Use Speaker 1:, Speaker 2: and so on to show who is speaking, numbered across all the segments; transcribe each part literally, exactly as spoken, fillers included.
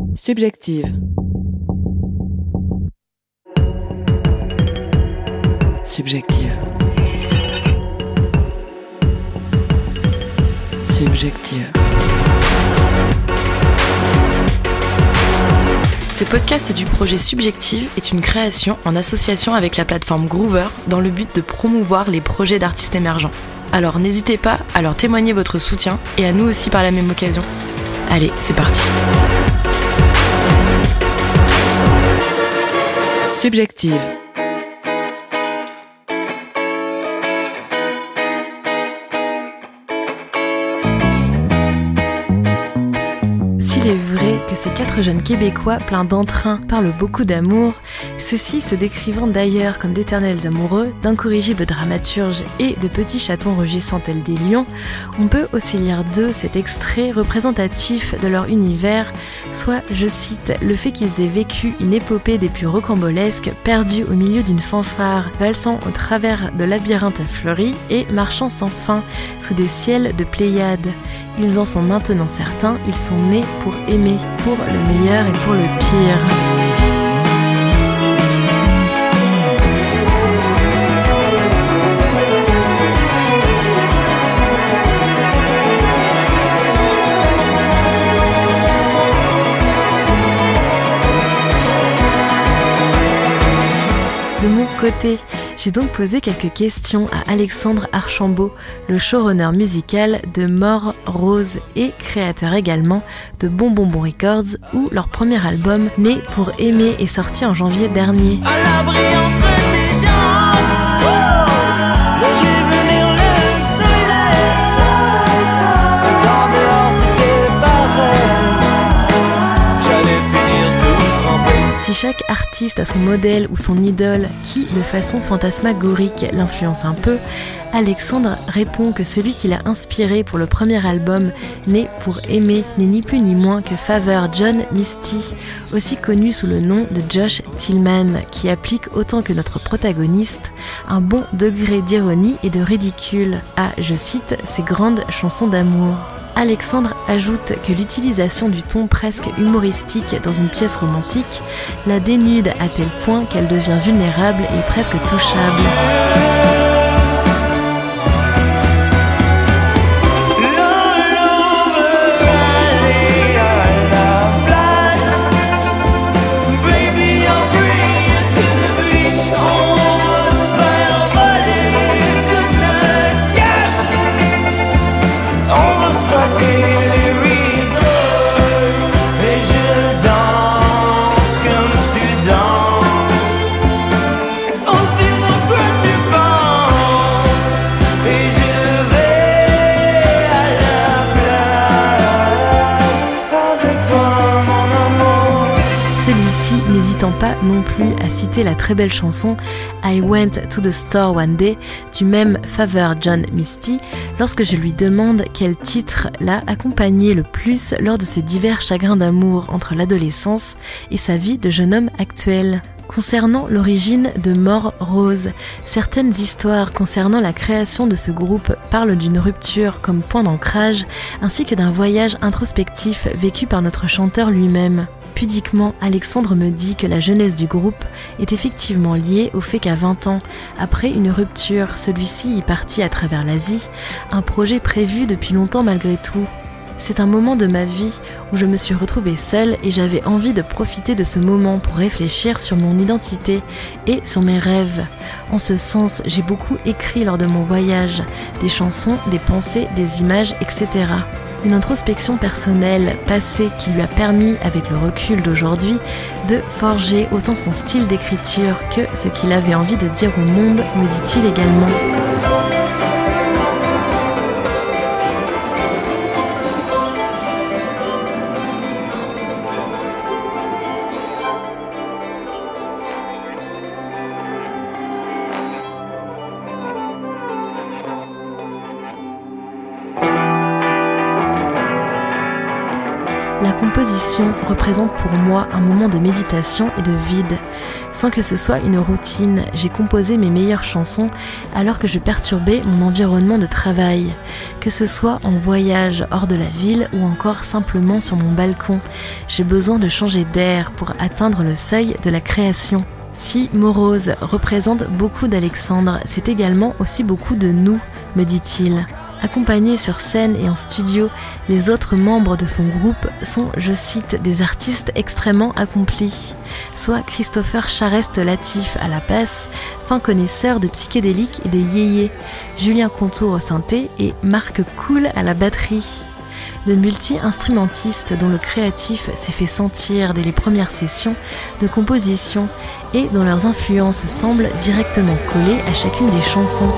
Speaker 1: Subjective. Subjective. Subjective.
Speaker 2: Ce podcast du projet Subjective est une création en association avec la plateforme Groover dans le but de promouvoir les projets d'artistes émergents. Alors n'hésitez pas à leur témoigner votre soutien et à nous aussi par la même occasion. Allez, c'est parti.
Speaker 1: Subjective.
Speaker 2: S'il est vrai que ces quatre jeunes Québécois pleins d'entrain parlent beaucoup d'amour, ceux-ci se décrivant d'ailleurs comme d'éternels amoureux, d'incorrigibles dramaturges et de petits chatons rugissant tels des lions, on peut aussi lire d'eux cet extrait représentatif de leur univers, soit, je cite, le fait qu'ils aient vécu une épopée des plus rocambolesques, perdus au milieu d'une fanfare, valsant au travers de labyrinthes fleuris et marchant sans fin sous des ciels de Pléiades. Ils en sont maintenant certains, ils sont nés pour aimer, pour le meilleur et pour le pire. De mon côté, j'ai donc posé quelques questions à Alexandre Archambault, le showrunner musical de Mort, Rose et créateur également de Bon Bon Bon Records, où leur premier album, Né pour aimer, est sorti en janvier dernier.
Speaker 3: À l'abri entre tes jambes, là j'ai venir le soleil. Tout en dehors c'était pareil, j'allais finir tout trempé.
Speaker 2: Si chaque artiste a son modèle ou son idole qui, de façon fantasmagorique, l'influence un peu, Alexandre répond que celui qui l'a inspiré pour le premier album, Né pour aimer, n'est ni plus ni moins que Father John Misty, aussi connu sous le nom de Josh Tillman, qui applique autant que notre protagoniste un bon degré d'ironie et de ridicule à, je cite, ses grandes chansons d'amour. Alexandre ajoute que l'utilisation du ton presque humoristique dans une pièce romantique la dénude à tel point qu'elle devient vulnérable et presque touchable. N'hésitant pas non plus à citer la très belle chanson I Went to the Store One Day du même Father John Misty lorsque je lui demande quel titre l'a accompagné le plus lors de ses divers chagrins d'amour entre l'adolescence et sa vie de jeune homme actuel. Concernant l'origine de Mort, Rose, certaines histoires concernant la création de ce groupe parlent d'une rupture comme point d'ancrage ainsi que d'un voyage introspectif vécu par notre chanteur lui-même. Pudiquement, Alexandre me dit que la jeunesse du groupe est effectivement liée au fait qu'à vingt ans, après une rupture, celui-ci y partit à travers l'Asie, un projet prévu depuis longtemps malgré tout. C'est un moment de ma vie où je me suis retrouvée seule et j'avais envie de profiter de ce moment pour réfléchir sur mon identité et sur mes rêves. En ce sens, j'ai beaucoup écrit lors de mon voyage, des chansons, des pensées, des images, et cetera. Une introspection personnelle, passée, qui lui a permis, avec le recul d'aujourd'hui, de forger autant son style d'écriture que ce qu'il avait envie de dire au monde, me dit-il également. La composition représente pour moi un moment de méditation et de vide. Sans que ce soit une routine, j'ai composé mes meilleures chansons alors que je perturbais mon environnement de travail. Que ce soit en voyage hors de la ville ou encore simplement sur mon balcon, j'ai besoin de changer d'air pour atteindre le seuil de la création. Si Morose représente beaucoup d'Alexandre, c'est également aussi beaucoup de nous, me dit-il. Accompagnés sur scène et en studio, les autres membres de son groupe sont, je cite, des artistes extrêmement accomplis. Soit Christopher Charest-Latif à la basse, fin connaisseur de psychédéliques et de yéyé, Julien Contour au synthé et Marc Cool à la batterie. De multi-instrumentistes dont le créatif s'est fait sentir dès les premières sessions de composition et dont leurs influences semblent directement collées à chacune des chansons.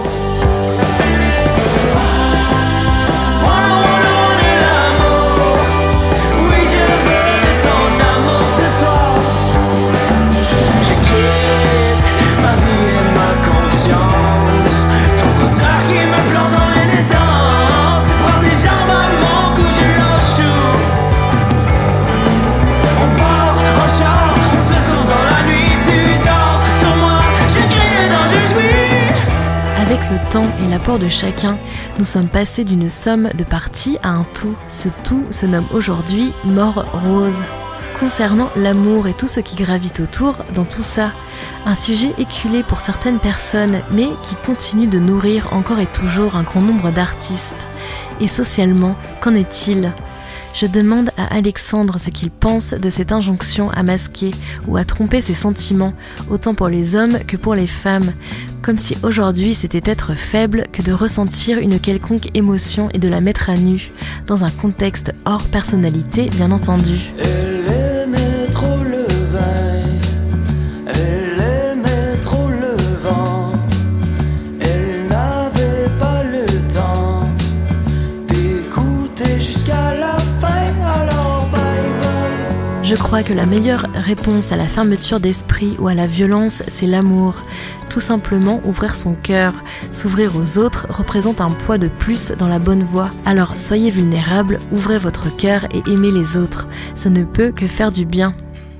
Speaker 2: Avec le temps et l'apport de chacun, nous sommes passés d'une somme de parties à un tout. Ce tout se nomme aujourd'hui Mort Rose. Concernant l'amour et tout ce qui gravite autour, dans tout ça, un sujet éculé pour certaines personnes, mais qui continue de nourrir encore et toujours un grand nombre d'artistes. Et socialement, qu'en est-il ? Je demande à Alexandre ce qu'il pense de cette injonction à masquer ou à tromper ses sentiments, autant pour les hommes que pour les femmes, comme si aujourd'hui c'était être faible que de ressentir une quelconque émotion et de la mettre à nu, dans un contexte hors personnalité bien entendu.
Speaker 3: Elle aimait trop le vin, elle aimait trop le vent, elle n'avait pas le temps d'écouter jusqu'à la fin, alors bye bye.
Speaker 2: Je crois que la meilleure réponse à la fermeture d'esprit ou à la violence, c'est l'amour. Tout simplement ouvrir son cœur. S'ouvrir aux autres représente un poids de plus dans la bonne voie. Alors soyez vulnérables, ouvrez votre cœur et aimez les autres. Ça ne peut que faire du bien.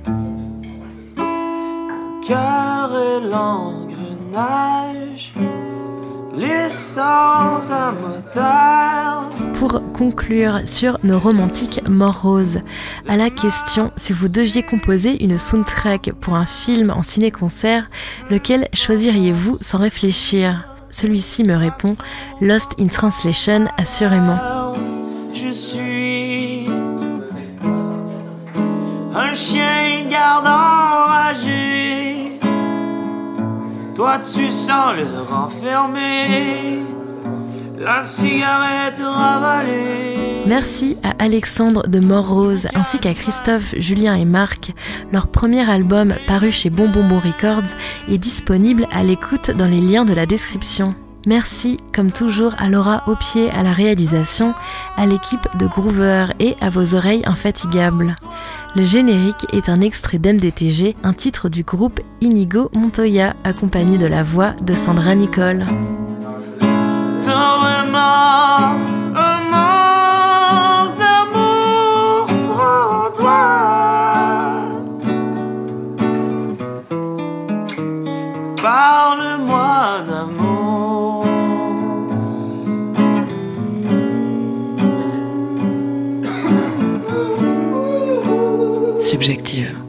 Speaker 3: Cœur et l'engrenage, l'essence à moteur.
Speaker 2: Pour conclure sur nos romantiques Mort Rose, à la question si vous deviez composer une soundtrack pour un film en ciné-concert, lequel choisiriez-vous sans réfléchir ? Celui-ci me répond Lost in Translation, assurément.
Speaker 3: Je suis un chien de garde enragé. Toi tu sens le renfermer, la cigarette ravalée.
Speaker 2: Merci à Alexandre de Mort Rose ainsi qu'à Christophe, Julien et Marc. Leur premier album paru chez Bon Bon Bon Records est disponible à l'écoute dans les liens de la description. Merci, comme toujours, à Laura Aupier à la réalisation, à l'équipe de Groover et à vos oreilles infatigables. Le générique est un extrait d'M D T G, un titre du groupe Inigo Montoya, accompagné de la voix de Sandra Nicole.
Speaker 3: T'as vraiment un manque d'amour en toi. Parle-moi d'amour.
Speaker 1: Subjective.